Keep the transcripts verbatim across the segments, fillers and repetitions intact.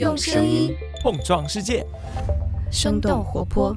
用声音碰撞世界， 生动活泼。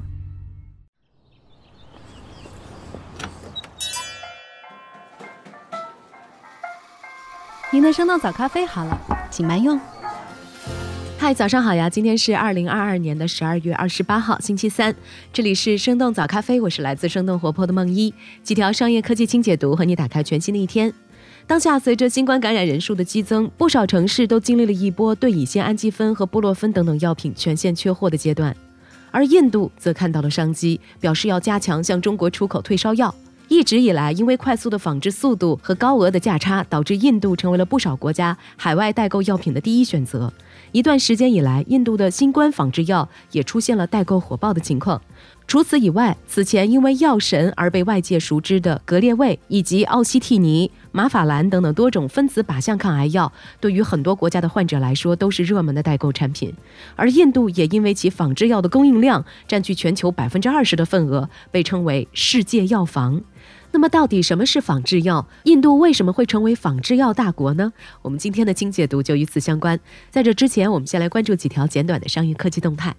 您的生动早咖啡好了，请慢用。嗨，早上好呀！今天是二零二二年的十二月二十八号，星期三。这里是生动早咖啡，我是来自生动活泼的梦一，几条商业科技轻解读，和你打开全新的一天。当下随着新冠感染人数的激增，不少城市都经历了一波对乙酰氨基酚和布洛芬等等药品全线缺货的阶段，而印度则看到了商机，表示要加强向中国出口退烧药。一直以来，因为快速的仿制速度和高额的价差，导致印度成为了不少国家海外代购药品的第一选择。一段时间以来，印度的新冠仿制药也出现了代购火爆的情况。除此以外，此前因为药神而被外界熟知的格列卫以及奥西替尼、马法兰等等多种分子靶向抗癌药，对于很多国家的患者来说都是热门的代购产品。而印度也因为其仿制药的供应量占据全球百分之二十的份额，被称为世界药房。那么到底什么是仿制药？印度为什么会成为仿制药大国呢？我们今天的轻解读就与此相关。在这之前，我们先来关注几条简短的商业科技动态。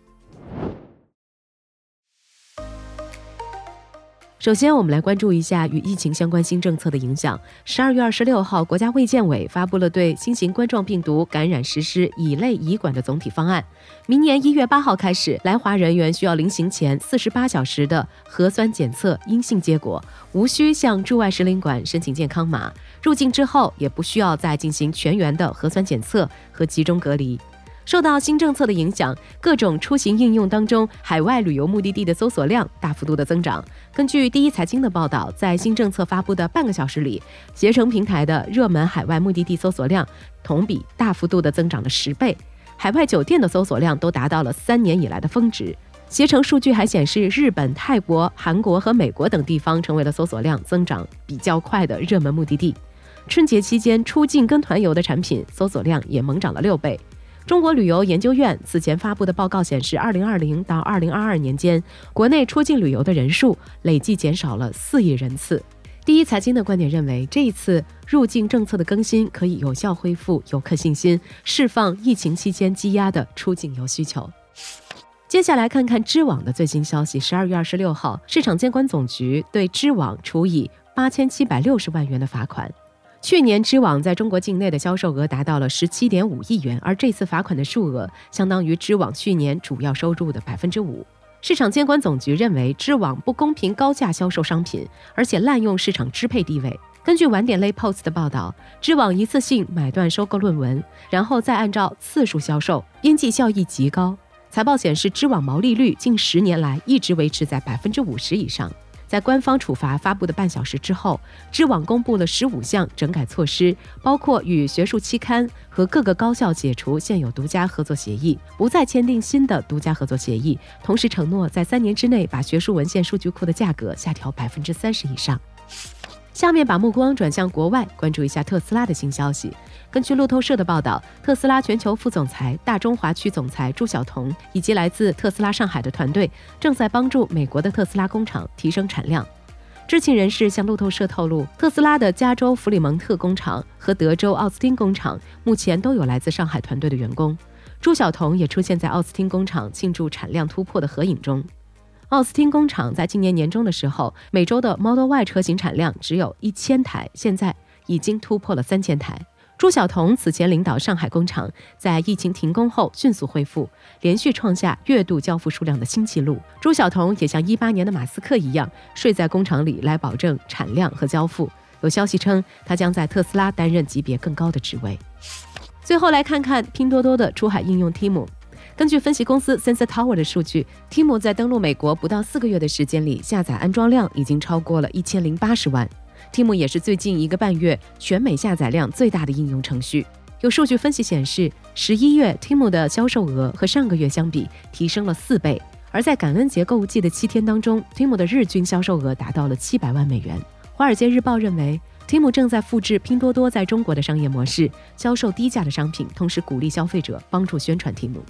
首先，我们来关注一下与疫情相关新政策的影响。十二月二十六号，国家卫健委发布了对新型冠状病毒感染实施乙类乙管的总体方案。明年一月八号开始，来华人员需要临行前四十八小时的核酸检测阴性结果，无需向驻外使领馆申请健康码。入境之后，也不需要再进行全员的核酸检测和集中隔离。受到新政策的影响，各种出行应用当中海外旅游目的地的搜索量大幅度的增长。根据第一财经的报道，在新政策发布的半个小时里，携程平台的热门海外目的地搜索量同比大幅度的增长了十倍，海外酒店的搜索量都达到了三年以来的峰值。携程数据还显示，日本、泰国、韩国和美国等地方成为了搜索量增长比较快的热门目的地。春节期间出境跟团游的产品搜索量也猛涨了六倍。中国旅游研究院此前发布的报告显示，二零二零到二零二二年间，国内出境旅游的人数累计减少了四亿人次。第一财经的观点认为，这一次入境政策的更新可以有效恢复游客信心，释放疫情期间积压的出境游需求。接下来看看知网的最新消息。十二月二十六号，市场监管总局对知网处以八千七百六十万元的罚款。去年知网在中国境内的销售额达到了 十七点五亿元，而这次罚款的数额相当于知网去年主要收入的 百分之五。 市场监管总局认为，知网不公平高价销售商品，而且滥用市场支配地位。根据晚点类 Post 的报道，知网一次性买断收购论文，然后再按照次数销售，边际效益极高。财报显示，知网毛利率近十年来一直维持在 百分之五十 以上。在官方处罚发布的半小时之后，知网公布了十五项整改措施，包括与学术期刊和各个高校解除现有独家合作协议，不再签订新的独家合作协议，同时承诺在三年之内把学术文献数据库的价格下调 百分之三十 以上。下面把目光转向国外，关注一下特斯拉的新消息。根据路透社的报道，特斯拉全球副总裁、大中华区总裁朱晓彤以及来自特斯拉上海的团队正在帮助美国的特斯拉工厂提升产量。知情人士向路透社透露，特斯拉的加州弗里蒙特工厂和德州奥斯汀工厂目前都有来自上海团队的员工。朱晓彤也出现在奥斯汀工厂庆祝产量突破的合影中。奥斯汀工厂在今年年中的时候，每周的 Model Y 车型产量只有一千台，现在已经突破了三千台。朱晓彤此前领导上海工厂，在疫情停工后迅速恢复，连续创下月度交付数量的新纪录。朱晓彤也像一八年的马斯克一样，睡在工厂里来保证产量和交付。有消息称，他将在特斯拉担任级别更高的职位。最后来看看拼多多的出海应用 Temu。根据分析公司 Sensor Tower 的数据， Temu 在登陆美国不到四个月的时间里，下载安装量已经超过了一千零八十万。Temu 也是最近一个半月全美下载量最大的应用程序。有数据分析显示，十一月 Temu 的销售额和上个月相比提升了四倍，而在感恩节购物季的七天当中， Temu 的日均销售额达到了七百万美元。华尔街日报认为， Temu 正在复制拼多多在中国的商业模式，销售低价的商品，同时鼓励消费者帮助宣传 Temu。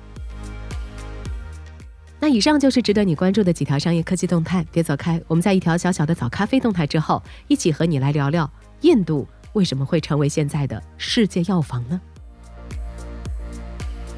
那以上就是值得你关注的几条商业科技动态，别走开，我们在一条小小的早咖啡动态之后，一起和你来聊聊印度为什么会成为现在的世界药房呢？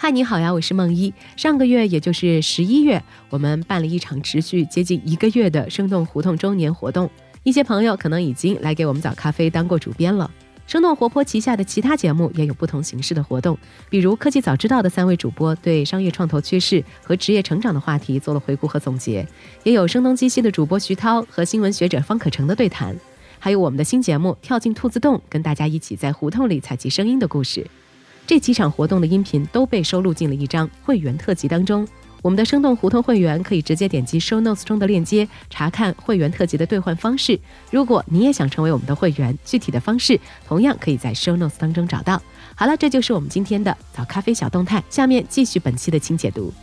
嗨，你好呀，我是梦一。上个月也就是十一月，我们办了一场持续接近一个月的生动胡同周年活动，一些朋友可能已经来给我们早咖啡当过主编了。生动活泼旗下的其他节目也有不同形式的活动，比如科技早知道的三位主播对商业创投趋势和职业成长的话题做了回顾和总结，也有声东击西的主播徐涛和新闻学者方可成的对谈，还有我们的新节目跳进兔子洞，跟大家一起在胡同里采集声音的故事。这几场活动的音频都被收录进了一张会员特辑当中，我们的生动胡同会员可以直接点击 show notes 中的链接查看会员特辑的兑换方式。如果你也想成为我们的会员，具体的方式同样可以在 show notes 当中找到。好了，这就是我们今天的早咖啡小动态，下面继续本期的轻解读。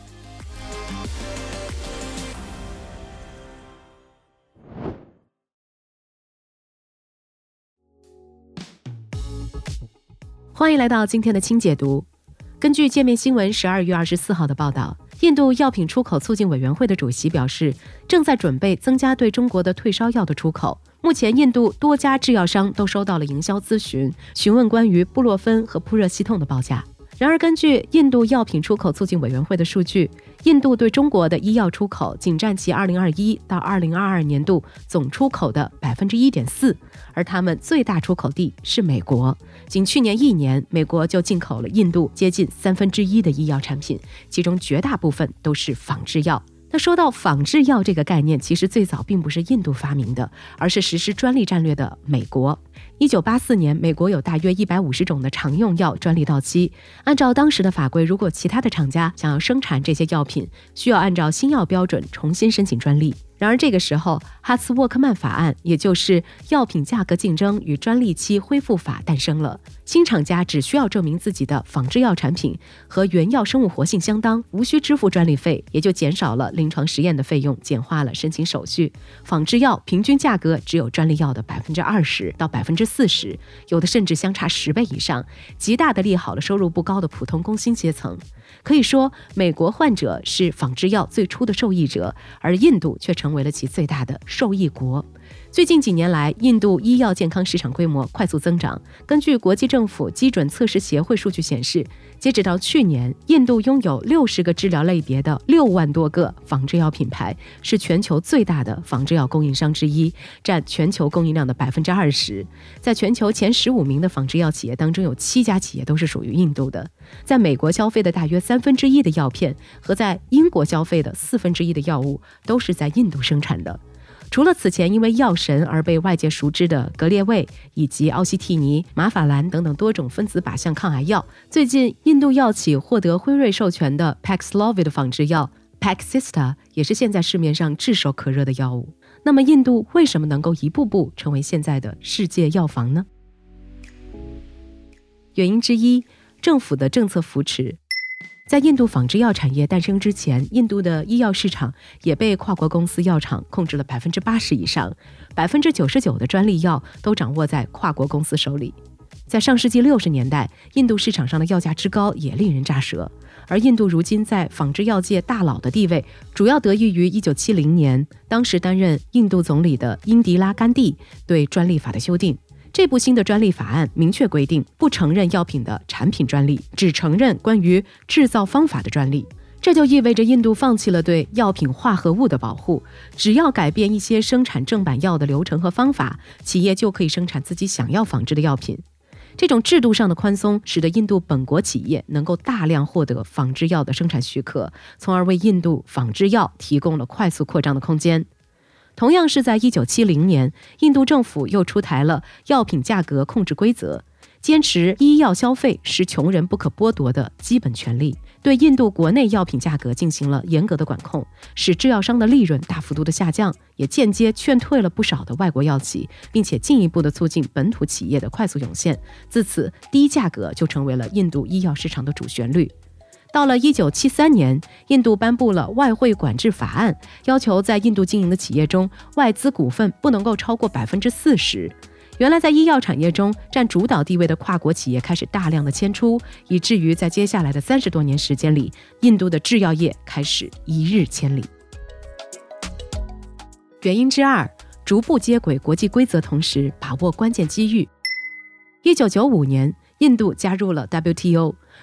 欢迎来到今天的轻解读。根据界面新闻十二月二十四号的报道，印度药品出口促进委员会的主席表示，正在准备增加对中国的退烧药的出口。目前印度多家制药商都收到了营销咨询，询问关于布洛芬和扑热息痛的报价。然而，根据印度药品出口促进委员会的数据，印度对中国的医药出口仅占其二零二一到二零二二年度总出口的 百分之一点四， 而他们最大出口地是美国。仅去年一年，美国就进口了印度接近三分之一的医药产品，其中绝大部分都是仿制药。那说到仿制药这个概念，其实最早并不是印度发明的，而是实施专利战略的美国。一九八四年，美国有大约一百五十种的常用药专利到期，按照当时的法规，如果其他的厂家想要生产这些药品，需要按照新药标准重新申请专利。然而这个时候，哈茨沃克曼法案，也就是药品价格竞争与专利期恢复法诞生了。新厂家只需要证明自己的仿制药产品和原药生物活性相当，无需支付专利费，也就减少了临床实验的费用，简化了申请手续。仿制药平均价格只有专利药的 百分之二十 到 百分之四十， 有的甚至相差十倍以上，极大的利好了收入不高的普通工薪阶层。可以说，美国患者是仿制药最初的受益者，而印度却成为了其最大的受益国。最近几年来，印度医药健康市场规模快速增长。根据国际政府基准测试协会数据显示，截止到去年，印度拥有六十个治疗类别的六万多个仿制药品牌，是全球最大的仿制药供应商之一，占全球供应量的 百分之二十。在全球前十五名的仿制药企业当中，有七家企业都是属于印度的。在美国消费的大约三分之一的药片和在英国消费的四分之一的药物都是在印度生产的。除了此前因为药神而被外界熟知的格列卫以及奥西替尼、马法兰等等多种分子靶向抗癌药，最近印度药企获得辉瑞授权的 Paxlovid 仿制药 Paxista 也是现在市面上炙手可热的药物。那么印度为什么能够一步步成为现在的世界药房呢？原因之一，政府的政策扶持。在印度仿制药产业诞生之前，印度的医药市场也被跨国公司药厂控制了 百分之八十 以上， 百分之九十九 的专利药都掌握在跨国公司手里。在上世纪六十年代，印度市场上的药价之高也令人咋舌，而印度如今在仿制药界大佬的地位，主要得益于一九七零年当时担任印度总理的英迪拉甘地对专利法的修订。这部新的专利法案明确规定，不承认药品的产品专利，只承认关于制造方法的专利。这就意味着印度放弃了对药品化合物的保护，只要改变一些生产正版药的流程和方法，企业就可以生产自己想要仿制的药品。这种制度上的宽松，使得印度本国企业能够大量获得仿制药的生产许可，从而为印度仿制药提供了快速扩张的空间。同样是在一九七零年，印度政府又出台了药品价格控制规则，坚持医药消费是穷人不可剥夺的基本权利，对印度国内药品价格进行了严格的管控，使制药商的利润大幅度的下降，也间接劝退了不少的外国药企，并且进一步的促进本土企业的快速涌现。自此，低价格就成为了印度医药市场的主旋律。到了一九七三年，印度颁布了外汇管制法案，要求在印度经营的企业中，外资股份不能够超过 百分之四十。原来在医药产业中占主导地位的跨国企业开始大量的迁出，以至于在接下来的三十多年时间里，印度的制药业开始一日千里。原因之二，逐步接轨国际规则，同时把握关键机遇。一九九五年，印度加入了 W T O，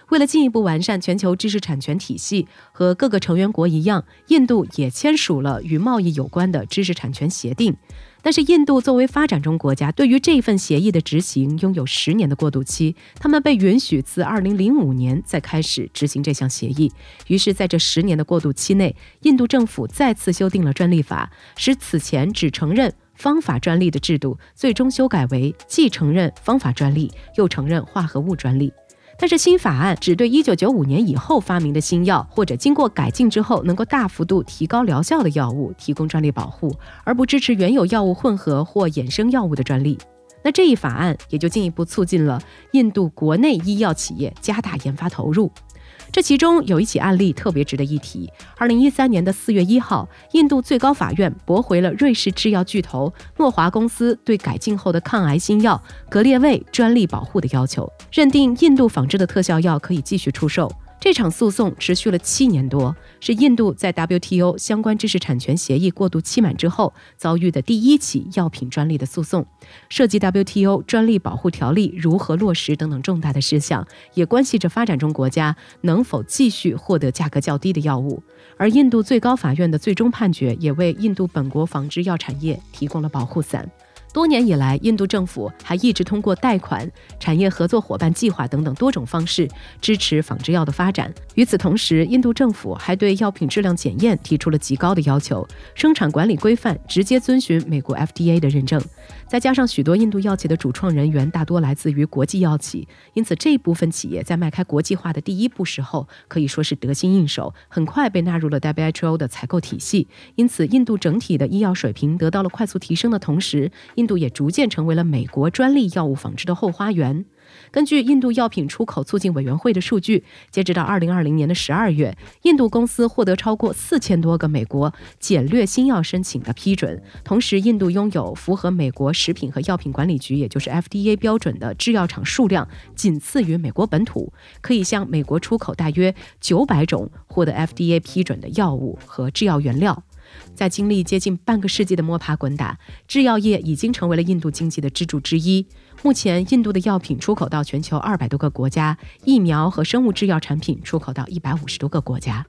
为了进一步完善全球知识产权体系，和各个成员国一样，印度也签署了与贸易有关的知识产权协定。但是印度作为发展中国家，对于这份协议的执行拥有十年的过渡期，他们被允许自二零零五年再开始执行这项协议。于是在这十年的过渡期内，印度政府再次修订了专利法，使此前只承认方法专利的制度最终修改为既承认方法专利，又承认化合物专利。但是新法案只对一九九五年以后发明的新药，或者经过改进之后能够大幅度提高疗效的药物提供专利保护，而不支持原有药物混合或衍生药物的专利。那这一法案也就进一步促进了印度国内医药企业加大研发投入。这其中有一起案例特别值得一提。二零一三年的四月一号，印度最高法院驳回了瑞士制药巨头诺华公司对改进后的抗癌新药格列卫专利保护的要求，认定印度仿制的特效药可以继续出售。这场诉讼持续了七年多，是印度在 W T O 相关知识产权协议过渡期满之后遭遇的第一起药品专利的诉讼，涉及 W T O 专利保护条例如何落实等等重大的事项，也关系着发展中国家能否继续获得价格较低的药物。而印度最高法院的最终判决也为印度本国仿制药产业提供了保护伞。多年以来，印度政府还一直通过贷款、产业合作伙伴计划等等多种方式支持仿制药的发展。与此同时，印度政府还对药品质量检验提出了极高的要求，生产管理规范直接遵循美国 F D A 的认证。再加上许多印度药企的主创人员大多来自于国际药企，因此这部分企业在迈开国际化的第一步时候可以说是得心应手，很快被纳入了 W H O 的采购体系。因此印度整体的医药水平得到了快速提升的同时，印度也逐渐成为了美国专利药物仿制的后花园。根据印度药品出口促进委员会的数据，截止到二零二零年的十二月，印度公司获得超过四千多个美国简略新药申请的批准。同时，印度拥有符合美国食品和药品管理局，也就是 F D A 标准的制药厂数量仅次于美国本土，可以向美国出口大约九百种获得 F D A 批准的药物和制药原料。在经历接近半个世纪的摸爬滚打，制药业已经成为了印度经济的支柱之一。目前，印度的药品出口到全球二百多个国家，疫苗和生物制药产品出口到一百五十多个国家。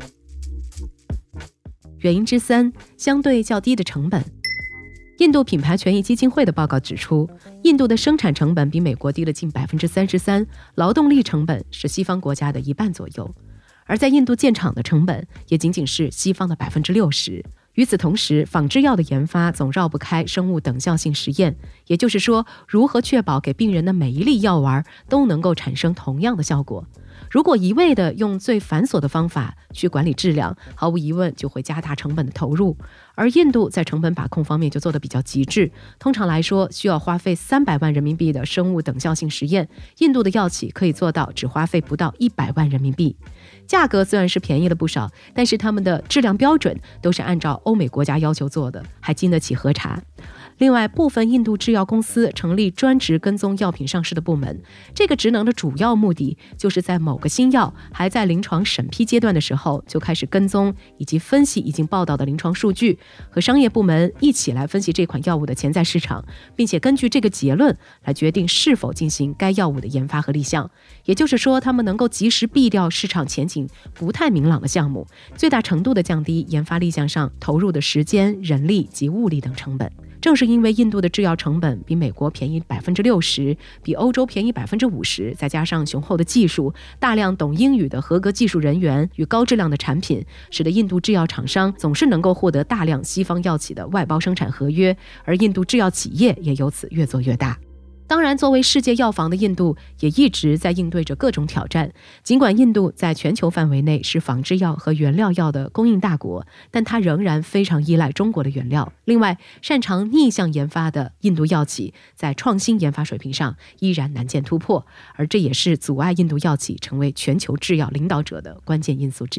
原因之三，相对较低的成本。印度品牌权益基金会的报告指出，印度的生产成本比美国低了近百分之三十三，劳动力成本是西方国家的一半左右。而在印度建厂的成本也仅仅是西方的百分之六十。与此同时，仿制药的研发总绕不开生物等效性实验，也就是说，如何确保给病人的每一粒药丸都能够产生同样的效果。如果一味地用最繁琐的方法去管理质量，毫无疑问就会加大成本的投入。而印度在成本把控方面就做得比较极致，通常来说需要花费三百万人民币的生物等效性实验，印度的药企可以做到只花费不到一百万人民币。价格虽然是便宜了不少，但是他们的质量标准都是按照欧美国家要求做的，还经得起核查。另外，部分印度制药公司成立专职跟踪药品上市的部门，这个职能的主要目的就是在某个新药还在临床审批阶段的时候，就开始跟踪以及分析已经报道的临床数据，和商业部门一起来分析这款药物的潜在市场，并且根据这个结论来决定是否进行该药物的研发和立项。也就是说，他们能够及时避掉市场前景不太明朗的项目，最大程度地降低研发立项上投入的时间、人力及物力等成本。正是因为印度的制药成本比美国便宜百分之六十，比欧洲便宜百分之五十，再加上雄厚的技术、大量懂英语的合格技术人员与高质量的产品，使得印度制药厂商总是能够获得大量西方药企的外包生产合约，而印度制药企业也由此越做越大。当然，作为世界药房的印度也一直在应对着各种挑战。尽管印度在全球范围内是仿制药和原料药的供应大国，但它仍然非常依赖中国的原料。另外，擅长逆向研发的印度药企在创新研发水平上依然难见突破，而这也是阻碍印度药企成为全球制药领导者的关键因素之一。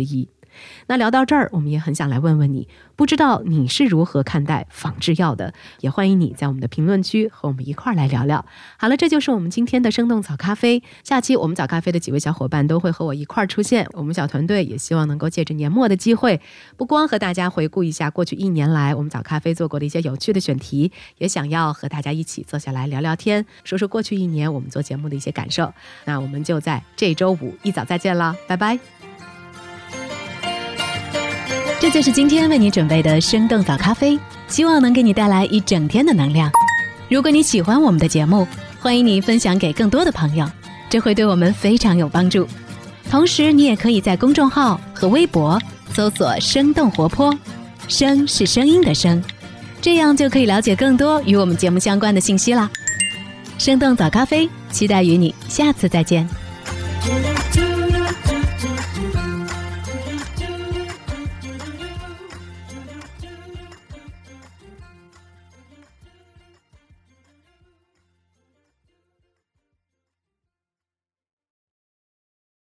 那聊到这儿，我们也很想来问问你，不知道你是如何看待仿制药的？也欢迎你在我们的评论区和我们一块儿来聊聊。好了，这就是我们今天的生动早咖啡。下期我们早咖啡的几位小伙伴都会和我一块儿出现，我们小团队也希望能够借着年末的机会，不光和大家回顾一下过去一年来我们早咖啡做过的一些有趣的选题，也想要和大家一起坐下来聊聊天，说说过去一年我们做节目的一些感受。那我们就在这周五一早再见了，拜拜。 这就是今天为你准备的生动早咖啡，希望能给你带来一整天的能量。如果你喜欢我们的节目，欢迎你分享给更多的朋友，这会对我们非常有帮助。同时你也可以在公众号和微博搜索生动活泼，声是声音的声，这样就可以了解更多与我们节目相关的信息啦。生动早咖啡，期待与你下次再见。